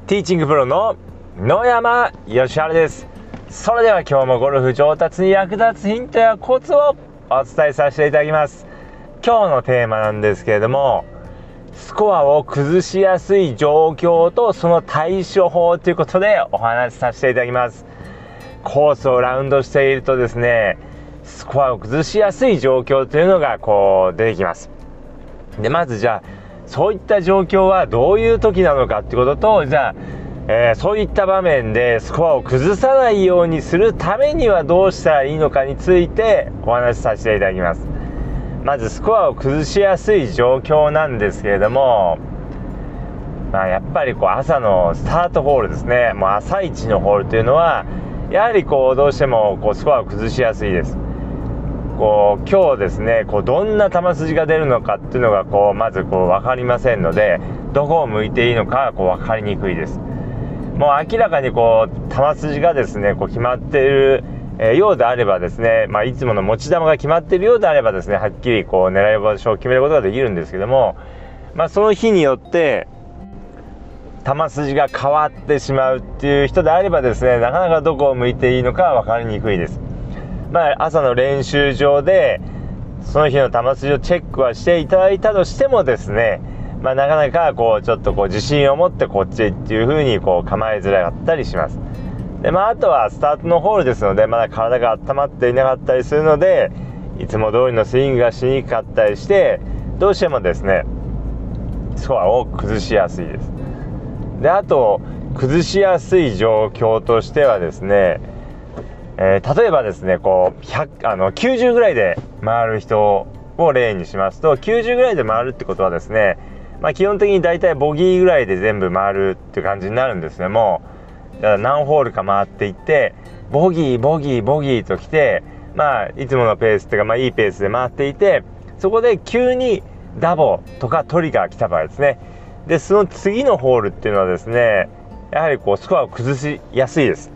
ティーチングプロの野山義晴です。それでは今日もゴルフ上達に役立つヒントやコツをお伝えさせていただきます。今日のテーマなんですけれども、スコアを崩しやすい状況とその対処法ということでお話しさせていただきます。コースをラウンドしているとですね、スコアを崩しやすい状況というのが出てきます。で、まずじゃあそういった状況はどういう時なのかってことと、じゃあ、そういった場面でスコアを崩さないようにするためにはどうしたらいいのかについてお話しさせていただきます。まずスコアを崩しやすい状況なんですけれども、やっぱり朝のスタートホールですね。もう朝一のホールというのはやはりどうしてもスコアを崩しやすいです。今日ですね、どんな球筋が出るのかっていうのがまず分かりませんので、どこを向いていいのか分かりにくいです。もう明らかに球筋がですね決まっている、ようであればですね、いつもの持ち球が決まっているようであればですね、はっきり狙い場所を決めることができるんですけども、その日によって球筋が変わってしまうっていう人であればですね、なかなかどこを向いていいのか分かりにくいです。朝の練習場でその日の球筋をチェックはしていただいたとしてもですね、なかなかちょっと自信を持ってこっちっていう風に構えづらかったりします。で、あとはスタートのホールですので、まだ体が温まっていなかったりするので、いつも通りのスイングがしにくかったりして、どうしてもですねスコアを崩しやすいです。で、あと崩しやすい状況としてはですね、例えばですね90ぐらいで回る人を例にしますと、90ぐらいで回るってことはですね、基本的にだいたいボギーぐらいで全部回るっていう感じになるんですね。もうだから何ホールか回っていってボギーボギーボギーときて、いつものペースっていうか、いいペースで回っていて、そこで急にダボとかトリガー来た場合ですね、でその次のホールっていうのはですね、やはりスコアを崩しやすいです。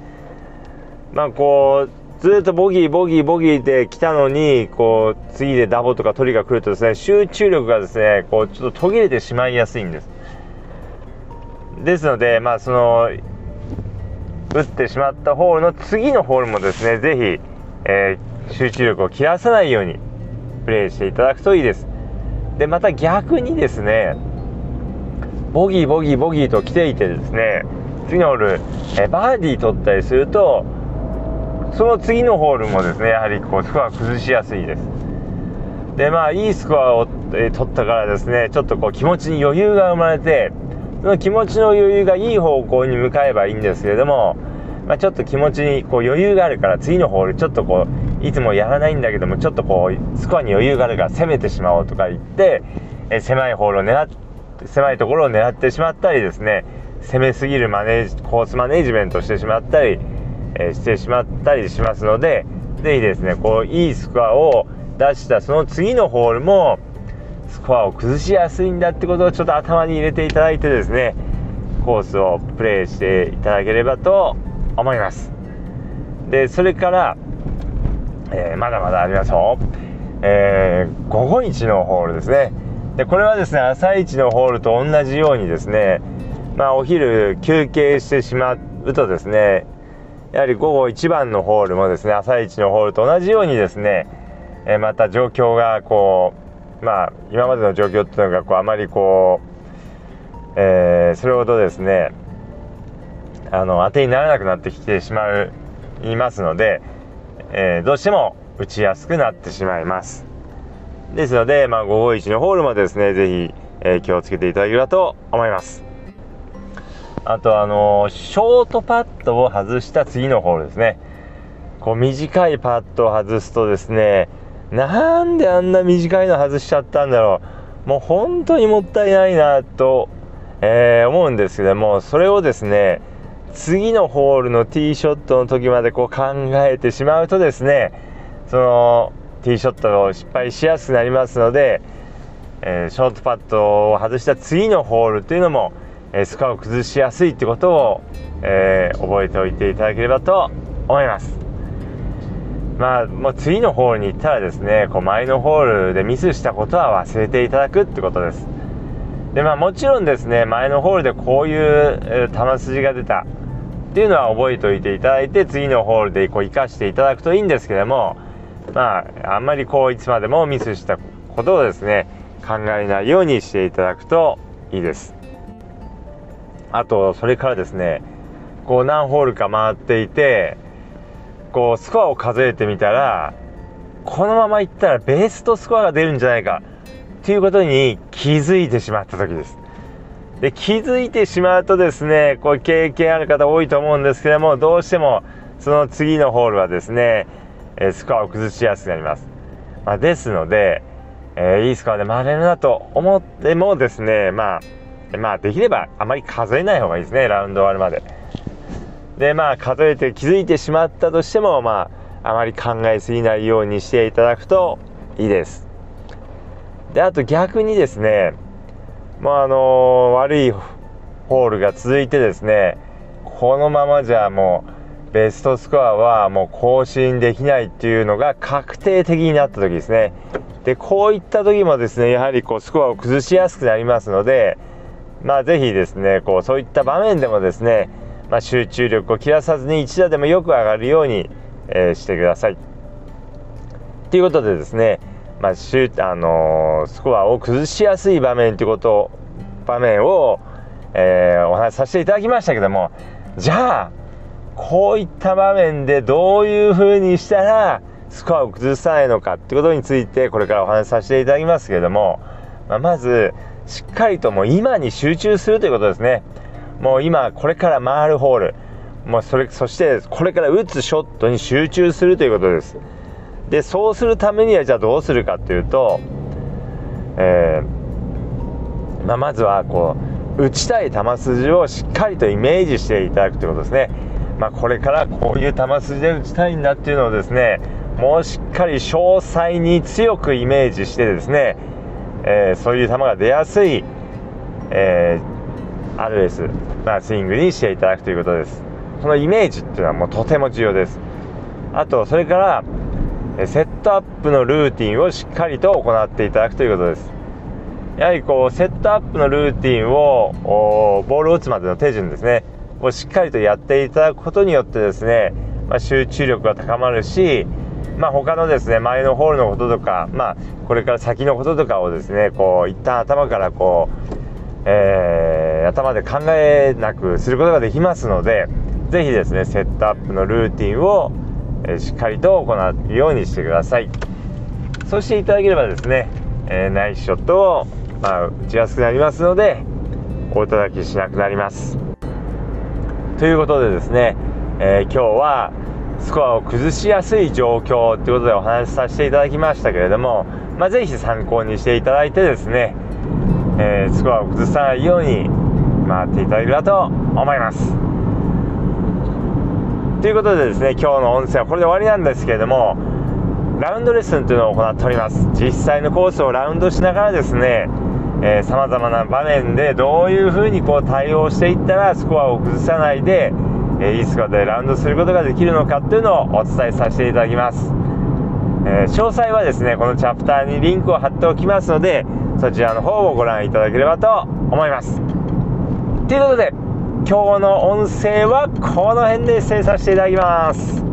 ずっとボギーボギーボギーで来たのに次でダボとかトリが来るとですね、集中力がですねちょっと途切れてしまいやすいんです。ですのでその打ってしまったホールの次のホールもですね、ぜひ、集中力を切らさないようにプレーしていただくといいです。で、また逆にですね、ボギーボギーボギーと来ていてですね、次のホール、バーディー取ったりすると、その次のホールもですね、やはりスコア崩しやすいです。で、いいスコアを、取ったからですね、ちょっと気持ちに余裕が生まれて、その気持ちの余裕がいい方向に向かえばいいんですけれども、ちょっと気持ちに余裕があるから次のホールちょっといつもやらないんだけども、ちょっとスコアに余裕があるから攻めてしまおうとか言って、狭いところを狙ってしまったりですね、攻めすぎるコースマネジメントをしてしまったりしますので、ぜひですねいいスコアを出したその次のホールもスコアを崩しやすいんだってことをちょっと頭に入れていただいてですね、コースをプレーしていただければと思います。で、それから、まだまだありますよ。午後一のホールですね。で、これはですね、朝一のホールと同じようにですね、お昼休憩してしまうとですね、やはり午後1番のホールもですね、朝一のホールと同じようにですね、また状況が今までの状況っていうのがあまりそれほどですね当てにならなくなってきてしまいますので、どうしても打ちやすくなってしまいます。ですので、午後1のホールもですね、ぜひ、気をつけていただければと思います。あとショートパットを外した次のホールですね。短いパットを外すとですね、なんであんな短いの外しちゃったんだろう、もう本当にもったいないなと、思うんですけども、それをですね次のホールのティーショットの時まで考えてしまうとですね、そのティーショットを失敗しやすくなりますので、ショートパットを外した次のホールというのもスコアを崩しやすいってことを、覚えておいていただければと思います。もう次のホールに行ったらですね、前のホールでミスしたことは忘れていただくってことです。 でもちろんですね、前のホールでこういう球筋が出たっていうのは覚えておいていただいて、次のホールで生かしていただくといいんですけども、あんまりいつまでもミスしたことをですね考えないようにしていただくといいです。あとそれからですね、何ホールか回っていてスコアを数えてみたら、このままいったらベストスコアが出るんじゃないかということに気づいてしまった時です。で、気づいてしまうとですね、経験ある方多いと思うんですけども、どうしてもその次のホールはですねスコアを崩しやすくなります。ですので、いいスコアで回れるなと思ってもですね、できればあまり数えない方がいいですね、ラウンド終わるまで。で、数えて気づいてしまったとしても、あまり考えすぎないようにしていただくといいです。で、あと逆にですね、悪いホールが続いてですね、このままじゃもうベストスコアはもう更新できないっていうのが確定的になった時ですね。で、こういった時もですね、やはりスコアを崩しやすくなりますので、ぜひですね、そういった場面でもですね、集中力を切らさずに1打でもよく上がるように、してください。ということでですね、スコアを崩しやすい場面を、お話しさせていただきましたけども、じゃあこういった場面でどういう風にしたらスコアを崩さないのかってことについてこれからお話しさせていただきますけれども、まずしっかりともう今に集中するということですね。もう今これから回るホール、そしてこれから打つショットに集中するということです。で、そうするためにはじゃあどうするかというと、まずは打ちたい球筋をしっかりとイメージしていただくということですね。これからこういう球筋で打ちたいんだっていうのをですね、もうしっかり詳細に強くイメージしてですね、そういう球が出やすい、RS、スイングにしていただくということです。このイメージっていうのはもうとても重要です。あとそれからセットアップのルーティンをしっかりと行っていただくということです。やはりセットアップのルーティンをボールを打つまでの手順ですねをしっかりとやっていただくことによってですね、集中力が高まるし、他のですね前のホールのこととか、これから先のこととかをですね一旦頭から頭で考えなくすることができますので、ぜひですねセットアップのルーティンをしっかりと行うようにしてください。そうしていただければですね、ナイスショットを打ちやすくなりますので、お叩きしなくなります。ということでですね、今日はスコアを崩しやすい状況ということでお話しさせていただきましたけれども、ぜひ参考にしていただいてですね、スコアを崩さないように回っていただければと思います。ということでですね、今日の音声はこれで終わりなんですけれども、ラウンドレッスンというのを行っております。実際のコースをラウンドしながらですね、さまざまな場面でどういうふうに対応していったらスコアを崩さないで、いいスコアでラウンドすることができるのかというのをお伝えさせていただきます。詳細はですねこのチャプターにリンクを貼っておきますので、そちらの方をご覧いただければと思います。ということで今日の音声はこの辺で失礼させていただきます。